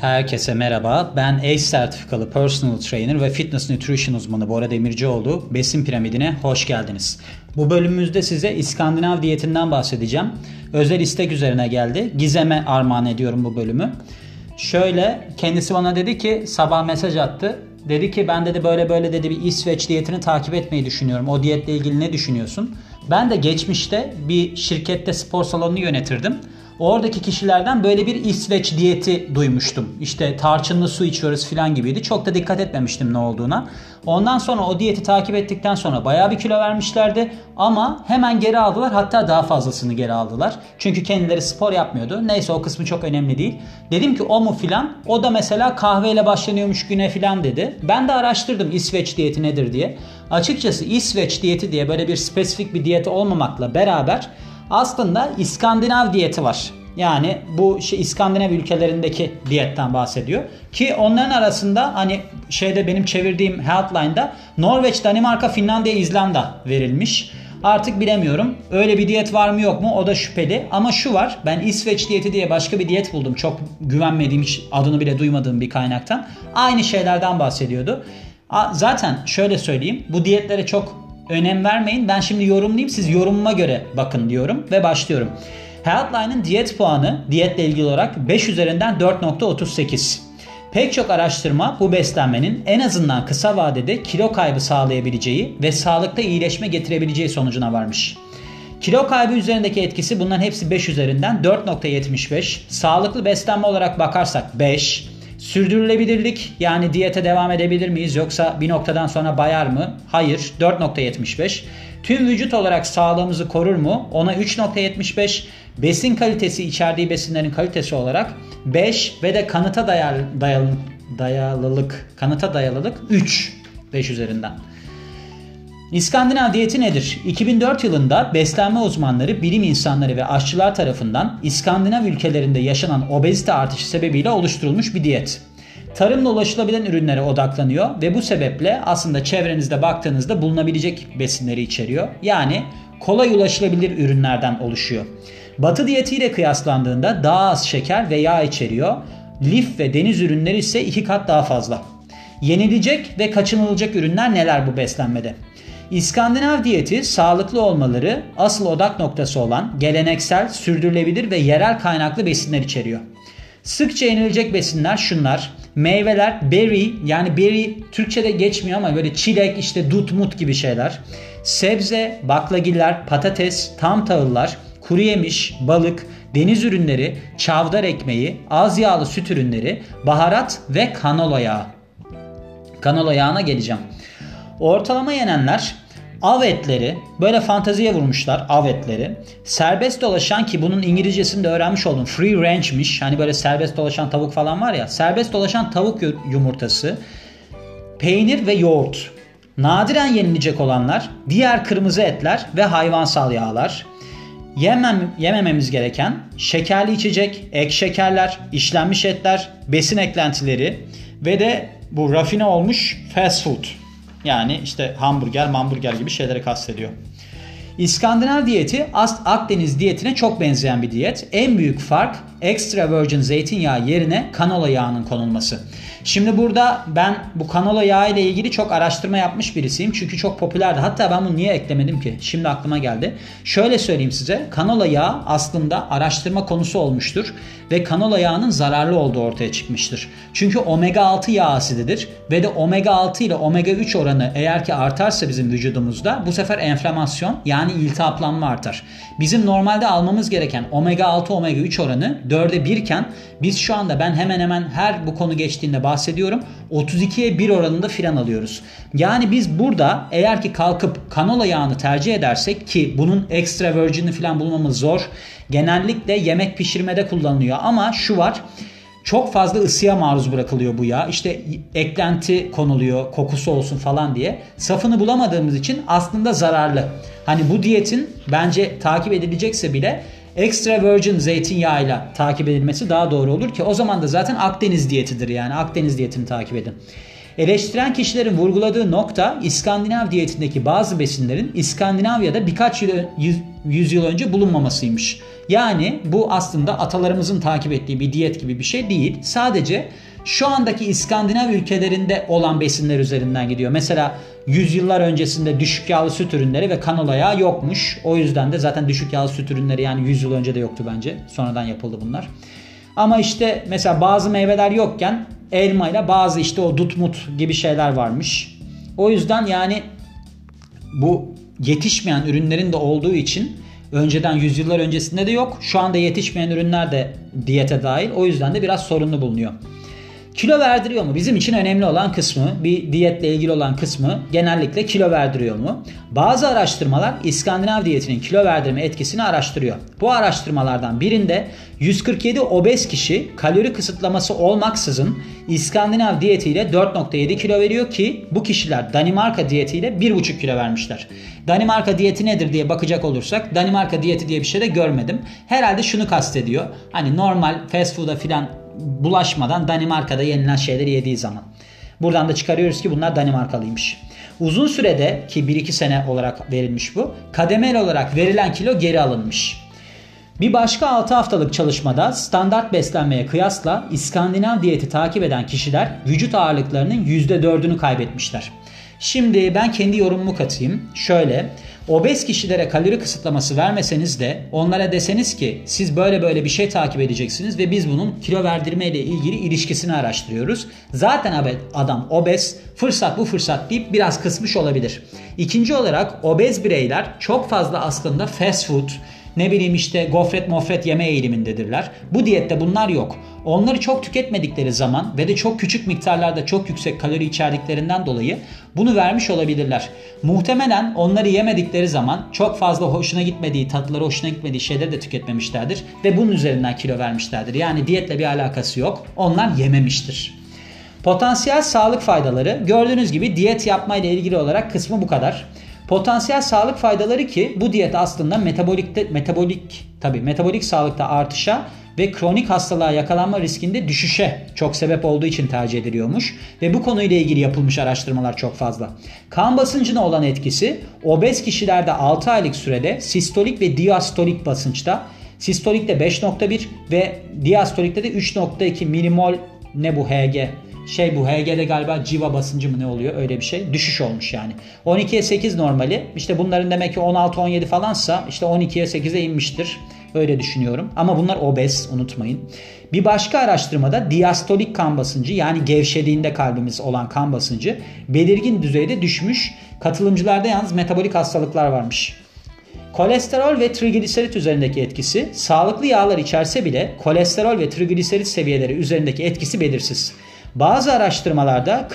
Herkese merhaba. Ben ACE sertifikalı personal trainer ve fitness nutrition uzmanı Bora Demircioğlu. Besin piramidine hoş geldiniz. Bu bölümümüzde size İskandinav diyetinden bahsedeceğim. Özel istek üzerine geldi. Gizem'e armağan ediyorum bu bölümü. Şöyle, kendisi bana dedi ki, sabah mesaj attı. Dedi ki ben dedi böyle dedi bir İsveç diyetini takip etmeyi düşünüyorum. O diyetle ilgili ne düşünüyorsun? Ben de geçmişte bir şirkette spor salonunu yönetirdim. Oradaki kişilerden böyle bir İsveç diyeti duymuştum. İşte tarçınlı su içiyoruz falan gibiydi. Çok da dikkat etmemiştim ne olduğuna. Ondan sonra o diyeti takip ettikten sonra bayağı bir kilo vermişlerdi. Ama hemen geri aldılar. Hatta daha fazlasını geri aldılar. Çünkü kendileri spor yapmıyordu. Neyse, o kısmı çok önemli değil. Dedim ki o mu filan. O da mesela kahveyle başlanıyormuş güne filan dedi. Ben de araştırdım İsveç diyeti nedir diye. Açıkçası İsveç diyeti diye böyle bir spesifik bir diyeti olmamakla beraber aslında İskandinav diyeti var. Yani bu İskandinav ülkelerindeki diyetten bahsediyor. Ki onların arasında hani benim çevirdiğim Healthline'da Norveç, Danimarka, Finlandiya, İzlanda verilmiş. Artık bilemiyorum. Öyle bir diyet var mı yok mu, o da şüpheli. Ama şu var, ben İsveç diyeti diye başka bir diyet buldum. Çok güvenmediğim, hiç adını bile duymadığım bir kaynaktan. Aynı şeylerden bahsediyordu. Zaten şöyle söyleyeyim, bu diyetlere çok önem vermeyin. Ben şimdi yorumlayayım, siz yorumuma göre bakın diyorum ve başlıyorum. Healthline'ın diyet puanı diyetle ilgili olarak 5 üzerinden 4.38. Pek çok araştırma bu beslenmenin en azından kısa vadede kilo kaybı sağlayabileceği ve sağlıkta iyileşme getirebileceği sonucuna varmış. Kilo kaybı üzerindeki etkisi, bunların hepsi 5 üzerinden 4.75. Sağlıklı beslenme olarak bakarsak 5. Sürdürülebilirlik, yani diyete devam edebilir miyiz yoksa bir noktadan sonra bayar mı? Hayır, 4.75. Tüm vücut olarak sağlığımızı korur mu? Ona 3.75. Besin kalitesi, içerdiği besinlerin kalitesi olarak 5 ve de kanıta dayalılık 3. 5 üzerinden. İskandinav diyeti nedir? 2004 yılında beslenme uzmanları, bilim insanları ve aşçılar tarafından İskandinav ülkelerinde yaşanan obezite artışı sebebiyle oluşturulmuş bir diyet. Tarımla ulaşılabilen ürünlere odaklanıyor ve bu sebeple aslında çevrenizde baktığınızda bulunabilecek besinleri içeriyor. Yani kolay ulaşılabilir ürünlerden oluşuyor. Batı diyetiyle kıyaslandığında daha az şeker ve yağ içeriyor. Lif ve deniz ürünleri ise 2 kat daha fazla. Yenilecek ve kaçınılacak ürünler neler bu beslenmede? İskandinav diyeti sağlıklı olmaları asıl odak noktası olan geleneksel, sürdürülebilir ve yerel kaynaklı besinler içeriyor. Sıkça yenilecek besinler şunlar: meyveler, berry, yani berry Türkçe'de geçmiyor ama böyle çilek, işte dut mut gibi şeyler. Sebze, baklagiller, patates, tam tahıllar, kuru yemiş, balık, deniz ürünleri, çavdar ekmeği, az yağlı süt ürünleri, baharat ve kanola yağı. Kanola yağına geleceğim. Ortalama yenenler av etleri, böyle fanteziye vurmuşlar av etleri. Serbest dolaşan, ki bunun İngilizcesini de öğrenmiş oldum, free range'miş. Hani böyle serbest dolaşan tavuk falan var ya. Serbest dolaşan tavuk yumurtası, peynir ve yoğurt. Nadiren yenilecek olanlar diğer kırmızı etler ve hayvansal yağlar. Yemememiz gereken şekerli içecek, ek şekerler, işlenmiş etler, besin eklentileri ve de bu rafine olmuş fast food. Yani işte hamburger gibi şeylere kastediyor. İskandinav diyeti Akdeniz diyetine çok benzeyen bir diyet. En büyük fark extra virgin zeytinyağı yerine kanola yağının konulması. Şimdi burada ben bu kanola yağı ile ilgili çok araştırma yapmış birisiyim. Çünkü çok popülerdi. Hatta ben bunu niye eklemedim ki? Şimdi aklıma geldi. Şöyle söyleyeyim size. Kanola yağı aslında araştırma konusu olmuştur. Ve kanola yağının zararlı olduğu ortaya çıkmıştır. Çünkü omega 6 yağ asididir. Ve de omega 6 ile omega 3 oranı eğer ki artarsa bizim vücudumuzda, bu sefer enflamasyon, yani iltihaplanma artar. Bizim normalde almamız gereken omega 6 omega 3 oranı 4'e 1 iken biz şu anda, ben hemen hemen her bu konu geçtiğinde bahsediyorum, 32'ye 1 oranında filan alıyoruz. Yani biz burada eğer ki kalkıp kanola yağını tercih edersek, ki bunun extra virgin'i filan bulmamız zor. Genellikle yemek pişirmede kullanılıyor ama şu var: çok fazla ısıya maruz bırakılıyor bu yağ. İşte eklenti konuluyor, kokusu olsun falan diye. Safını bulamadığımız için aslında zararlı. Hani bu diyetin bence takip edilecekse bile extra virgin zeytinyağıyla takip edilmesi daha doğru olur ki o zaman da zaten Akdeniz diyetidir, yani Akdeniz diyetini takip edin. Eleştiren kişilerin vurguladığı nokta, İskandinav diyetindeki bazı besinlerin İskandinavya'da birkaç yüzyıl önce bulunmamasıymış. Yani bu aslında atalarımızın takip ettiği bir diyet gibi bir şey değil. Sadece şu andaki İskandinav ülkelerinde olan besinler üzerinden gidiyor. Mesela yüzyıllar öncesinde düşük yağlı süt ürünleri ve kanola yağı yokmuş. O yüzden de zaten düşük yağlı süt ürünleri yani 100 yıl önce de yoktu bence. Sonradan yapıldı bunlar. Ama işte mesela bazı meyveler yokken elma ile bazı işte o dut mut gibi şeyler varmış. O yüzden yani bu yetişmeyen ürünlerin de olduğu için önceden yüzyıllar öncesinde de yok. Şu anda yetişmeyen ürünler de diyete dahil. O yüzden de biraz sorunlu bulunuyor. Kilo verdiriyor mu? Bizim için önemli olan kısmı, bir diyetle ilgili olan kısmı genellikle kilo verdiriyor mu? Bazı araştırmalar İskandinav diyetinin kilo verdirme etkisini araştırıyor. Bu araştırmalardan birinde 147 obez kişi kalori kısıtlaması olmaksızın İskandinav diyetiyle 4,7 kilo veriyor ki bu kişiler Danimarka diyetiyle 1,5 kilo vermişler. Danimarka diyeti nedir diye bakacak olursak Danimarka diyeti diye bir şey de görmedim. Herhalde şunu kastediyor. Hani normal fast food'a filan bulaşmadan Danimarka'da yenilen şeyleri yediği zaman. Buradan da çıkarıyoruz ki bunlar Danimarkalıymış. Uzun sürede ki 1-2 sene olarak verilmiş bu. Kademeli olarak verilen kilo geri alınmış. Bir başka 6 haftalık çalışmada standart beslenmeye kıyasla İskandinav diyeti takip eden kişiler vücut ağırlıklarının %4'ünü kaybetmişler. Şimdi ben kendi yorumumu katayım. Şöyle, obez kişilere kalori kısıtlaması vermeseniz de onlara deseniz ki siz böyle bir şey takip edeceksiniz ve biz bunun kilo verdirme ile ilgili ilişkisini araştırıyoruz. Zaten adam obez, fırsat bu fırsat deyip biraz kısmış olabilir. İkinci olarak obez bireyler çok fazla aslında fast food, ne bileyim işte gofret mofret yeme eğilimindedirler. Bu diyette bunlar yok. Onları çok tüketmedikleri zaman ve de çok küçük miktarlarda çok yüksek kalori içerdiklerinden dolayı bunu vermiş olabilirler. Muhtemelen onları yemedikleri zaman çok fazla hoşuna gitmediği, tatlıları hoşuna gitmediği şeyleri de tüketmemişlerdir ve bunun üzerinden kilo vermişlerdir. Yani diyetle bir alakası yok. Onlar yememiştir. Potansiyel sağlık faydaları, gördüğünüz gibi diyet yapmayla ilgili olarak kısmı bu kadar. Potansiyel sağlık faydaları ki bu diyet aslında metabolik sağlıkta artışa ve kronik hastalığa yakalanma riskinde düşüşe çok sebep olduğu için tercih ediliyormuş ve bu konuyla ilgili yapılmış araştırmalar çok fazla. Kan basıncına olan etkisi obez kişilerde 6 aylık sürede sistolik ve diastolik basınçta, sistolikte 5,1 ve diastolikte de 3,2 milimol ne bu Hg? Bu Hg'de galiba civa basıncı mı ne oluyor öyle bir şey. Düşüş olmuş yani. 12'ye 8 normali. İşte bunların demek ki 16-17 falansa işte 12'ye 8'e inmiştir. Öyle düşünüyorum. Ama bunlar obez unutmayın. Bir başka araştırmada diastolik kan basıncı yani gevşediğinde kalbimiz olan kan basıncı belirgin düzeyde düşmüş. Katılımcılarda yalnız metabolik hastalıklar varmış. Kolesterol ve trigliserit üzerindeki etkisi sağlıklı yağlar içerse bile kolesterol ve trigliserit seviyeleri üzerindeki etkisi belirsiz. Bazı araştırmalarda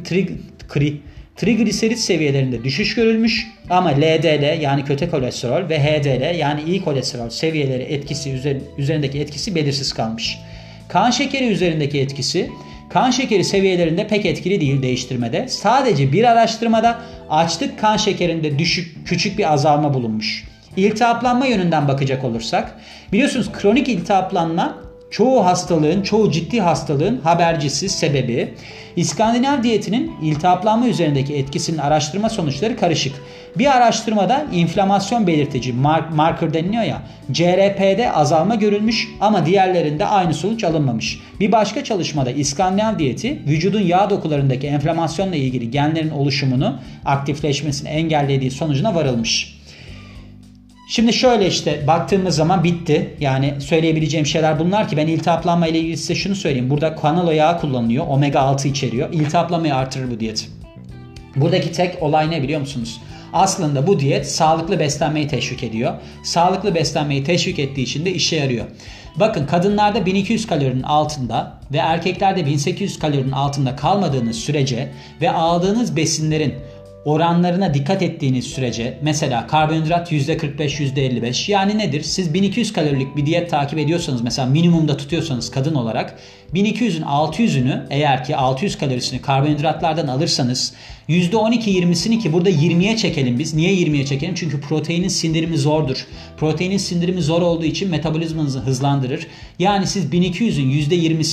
trigliserit seviyelerinde düşüş görülmüş ama LDL yani kötü kolesterol ve HDL yani iyi kolesterol seviyeleri üzerindeki etkisi belirsiz kalmış. Kan şekeri üzerindeki etkisi kan şekeri seviyelerinde pek etkili değil değiştirmede. Sadece bir araştırmada açlık kan şekerinde küçük bir azalma bulunmuş. İltihaplanma yönünden bakacak olursak biliyorsunuz kronik iltihaplanma çoğu ciddi hastalığın habercisi sebebi. İskandinav diyetinin iltihaplanma üzerindeki etkisinin araştırma sonuçları karışık. Bir araştırmada inflamasyon belirtici marker deniliyor ya, CRP'de azalma görülmüş ama diğerlerinde aynı sonuç alınmamış. Bir başka çalışmada İskandinav diyeti vücudun yağ dokularındaki enflamasyonla ilgili genlerin oluşumunu, aktifleşmesini engellediği sonucuna varılmış. Şimdi şöyle işte baktığımız zaman bitti. Yani söyleyebileceğim şeyler bunlar ki ben iltihaplanma ile ilgili size şunu söyleyeyim. Burada kanola yağı kullanılıyor. Omega 6 içeriyor. İltihaplanmayı artırır bu diyet. Buradaki tek olay ne biliyor musunuz? Aslında bu diyet sağlıklı beslenmeyi teşvik ediyor. Sağlıklı beslenmeyi teşvik ettiği için de işe yarıyor. Bakın kadınlarda 1200 kalorinin altında ve erkeklerde 1800 kalorinin altında kalmadığınız sürece ve aldığınız besinlerin oranlarına dikkat ettiğiniz sürece mesela karbonhidrat %45 %55 yani nedir? Siz 1200 kalorilik bir diyet takip ediyorsanız mesela minimumda tutuyorsanız kadın olarak 1200'ün 600'ünü eğer ki 600 kalorisini karbonhidratlardan alırsanız %12-20'sini ki burada 20'ye çekelim biz. Niye 20'ye çekelim? Çünkü proteinin sindirimi zordur. Proteinin sindirimi zor olduğu için metabolizmanızı hızlandırır. Yani siz 1200'ün %20'sini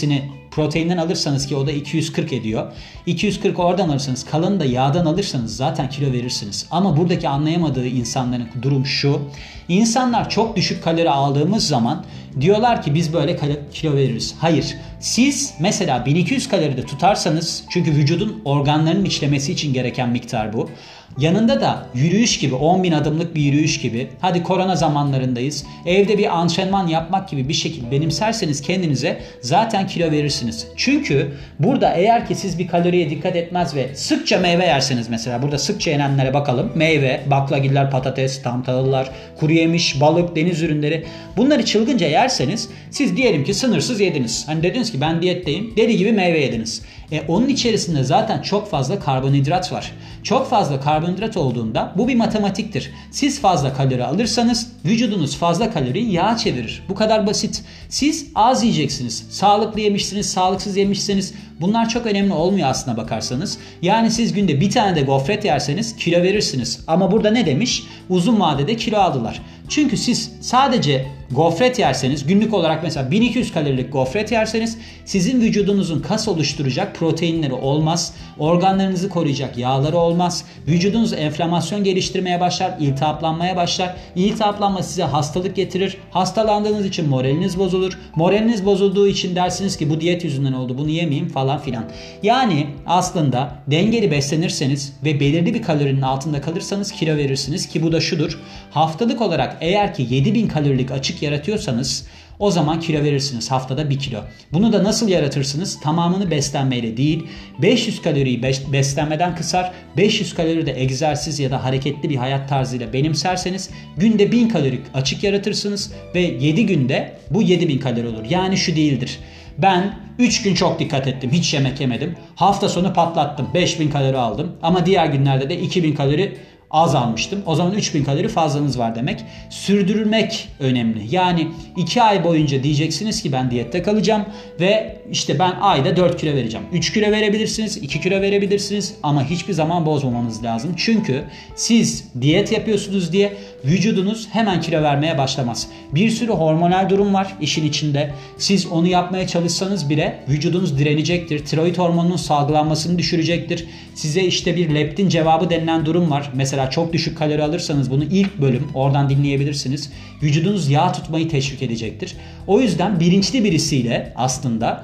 proteinden alırsanız ki o da 240 ediyor. 240 oradan alırsanız, kalanı da yağdan alırsanız zaten kilo verirsiniz. Ama buradaki anlayamadığı insanların durum şu. İnsanlar çok düşük kalori aldığımız zaman diyorlar ki biz böyle kilo veririz. Hayır. Siz mesela 1200 kaloride tutarsanız, çünkü vücudun organlarının işlemesi için gereken miktar bu. Yanında da yürüyüş gibi, 10.000 adımlık bir yürüyüş gibi, hadi korona zamanlarındayız, evde bir antrenman yapmak gibi bir şekil benimserseniz kendinize zaten kilo verirsiniz. Çünkü burada eğer ki siz bir kaloriye dikkat etmez ve sıkça meyve yerseniz, mesela burada sıkça yenenlere bakalım. Meyve, baklagiller, patates, tam tahıllar, kuru yemiş, balık, deniz ürünleri, bunları çılgınca yerseniz siz diyelim ki sınırsız yediniz. Hani dediniz ki ben diyetteyim, deli gibi meyve yediniz. Onun içerisinde zaten çok fazla karbonhidrat var. Çok fazla karbonhidrat olduğunda bu bir matematiktir. Siz fazla kalori alırsanız vücudunuz fazla kaloriyi yağa çevirir. Bu kadar basit. Siz az yiyeceksiniz. Sağlıklı yemişsiniz, sağlıksız yemişsiniz. Bunlar çok önemli olmuyor aslına bakarsanız. Yani siz günde bir tane de gofret yerseniz kilo verirsiniz. Ama burada ne demiş? Uzun vadede kilo aldılar. Çünkü siz sadece gofret yerseniz, günlük olarak mesela 1200 kalorilik gofret yerseniz sizin vücudunuzun kas oluşturacak proteinleri olmaz. Organlarınızı koruyacak yağları olmaz. Vücudunuz enflamasyon geliştirmeye başlar, iltihaplanmaya başlar. İltihaplanma size hastalık getirir. Hastalandığınız için moraliniz bozulur. Moraliniz bozulduğu için dersiniz ki bu diyet yüzünden oldu, bunu yemeyeyim falan filan. Yani aslında dengeli beslenirseniz ve belirli bir kalorinin altında kalırsanız kilo verirsiniz ki bu da şudur. Haftalık olarak eğer ki 7000 kalorilik açık yaratıyorsanız o zaman kilo verirsiniz, haftada 1 kilo. Bunu da nasıl yaratırsınız? Tamamını beslenmeyle değil, 500 kaloriyi beslenmeden kısar, 500 kalori de egzersiz ya da hareketli bir hayat tarzıyla benimserseniz günde 1000 kalorik açık yaratırsınız ve 7 günde bu 7000 kalori olur. Yani şu değildir. Ben 3 gün çok dikkat ettim, hiç yemek yemedim. Hafta sonu patlattım, 5000 kalori aldım ama diğer günlerde de 2000 kalori az almıştım. O zaman 3000 kalori fazlanız var demek. Sürdürmek önemli. Yani 2 ay boyunca diyeceksiniz ki ben diyette kalacağım ve işte ben ayda 4 kilo vereceğim. 3 kilo verebilirsiniz, 2 kilo verebilirsiniz ama hiçbir zaman bozmamanız lazım. Çünkü siz diyet yapıyorsunuz diye vücudunuz hemen kilo vermeye başlamaz. Bir sürü hormonal durum var işin içinde. Siz onu yapmaya çalışsanız bile vücudunuz direnecektir. Tiroid hormonunun salgılanmasını düşürecektir. Size işte bir leptin cevabı denilen durum var. Mesela çok düşük kalori alırsanız bunu ilk bölüm oradan dinleyebilirsiniz. Vücudunuz yağ tutmayı teşvik edecektir. O yüzden bilinçli birisiyle aslında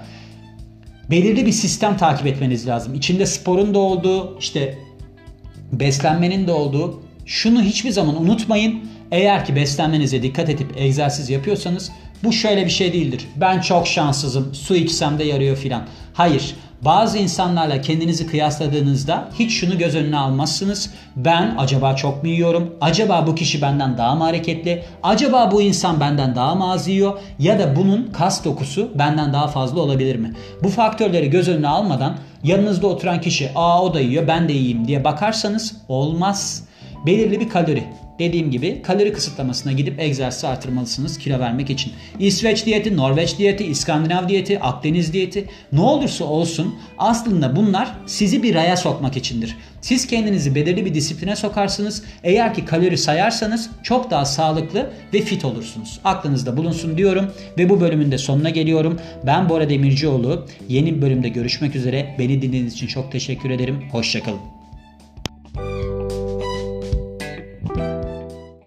belirli bir sistem takip etmeniz lazım. İçinde sporun da olduğu, işte beslenmenin de olduğu. Şunu hiçbir zaman unutmayın. Eğer ki beslenmenize dikkat edip egzersiz yapıyorsanız bu şöyle bir şey değildir. Ben çok şanssızım, su içsem de yarıyor filan. Hayır. Bazı insanlarla kendinizi kıyasladığınızda hiç şunu göz önüne almazsınız. Ben acaba çok mu yiyorum? Acaba bu kişi benden daha mı hareketli? Acaba bu insan benden daha mı az yiyor? Ya da bunun kas dokusu benden daha fazla olabilir mi? Bu faktörleri göz önüne almadan yanınızda oturan kişi o da yiyor ben de yiyeyim diye bakarsanız olmaz. Belirli bir kalori. Dediğim gibi kalori kısıtlamasına gidip egzersizi artırmalısınız kilo vermek için. İsveç diyeti, Norveç diyeti, İskandinav diyeti, Akdeniz diyeti, ne olursa olsun aslında bunlar sizi bir raya sokmak içindir. Siz kendinizi belirli bir disipline sokarsınız. Eğer ki kalori sayarsanız çok daha sağlıklı ve fit olursunuz. Aklınızda bulunsun diyorum ve bu bölümün de sonuna geliyorum. Ben Bora Demircioğlu. Yeni bir bölümde görüşmek üzere. Beni dinlediğiniz için çok teşekkür ederim. Hoşça kalın.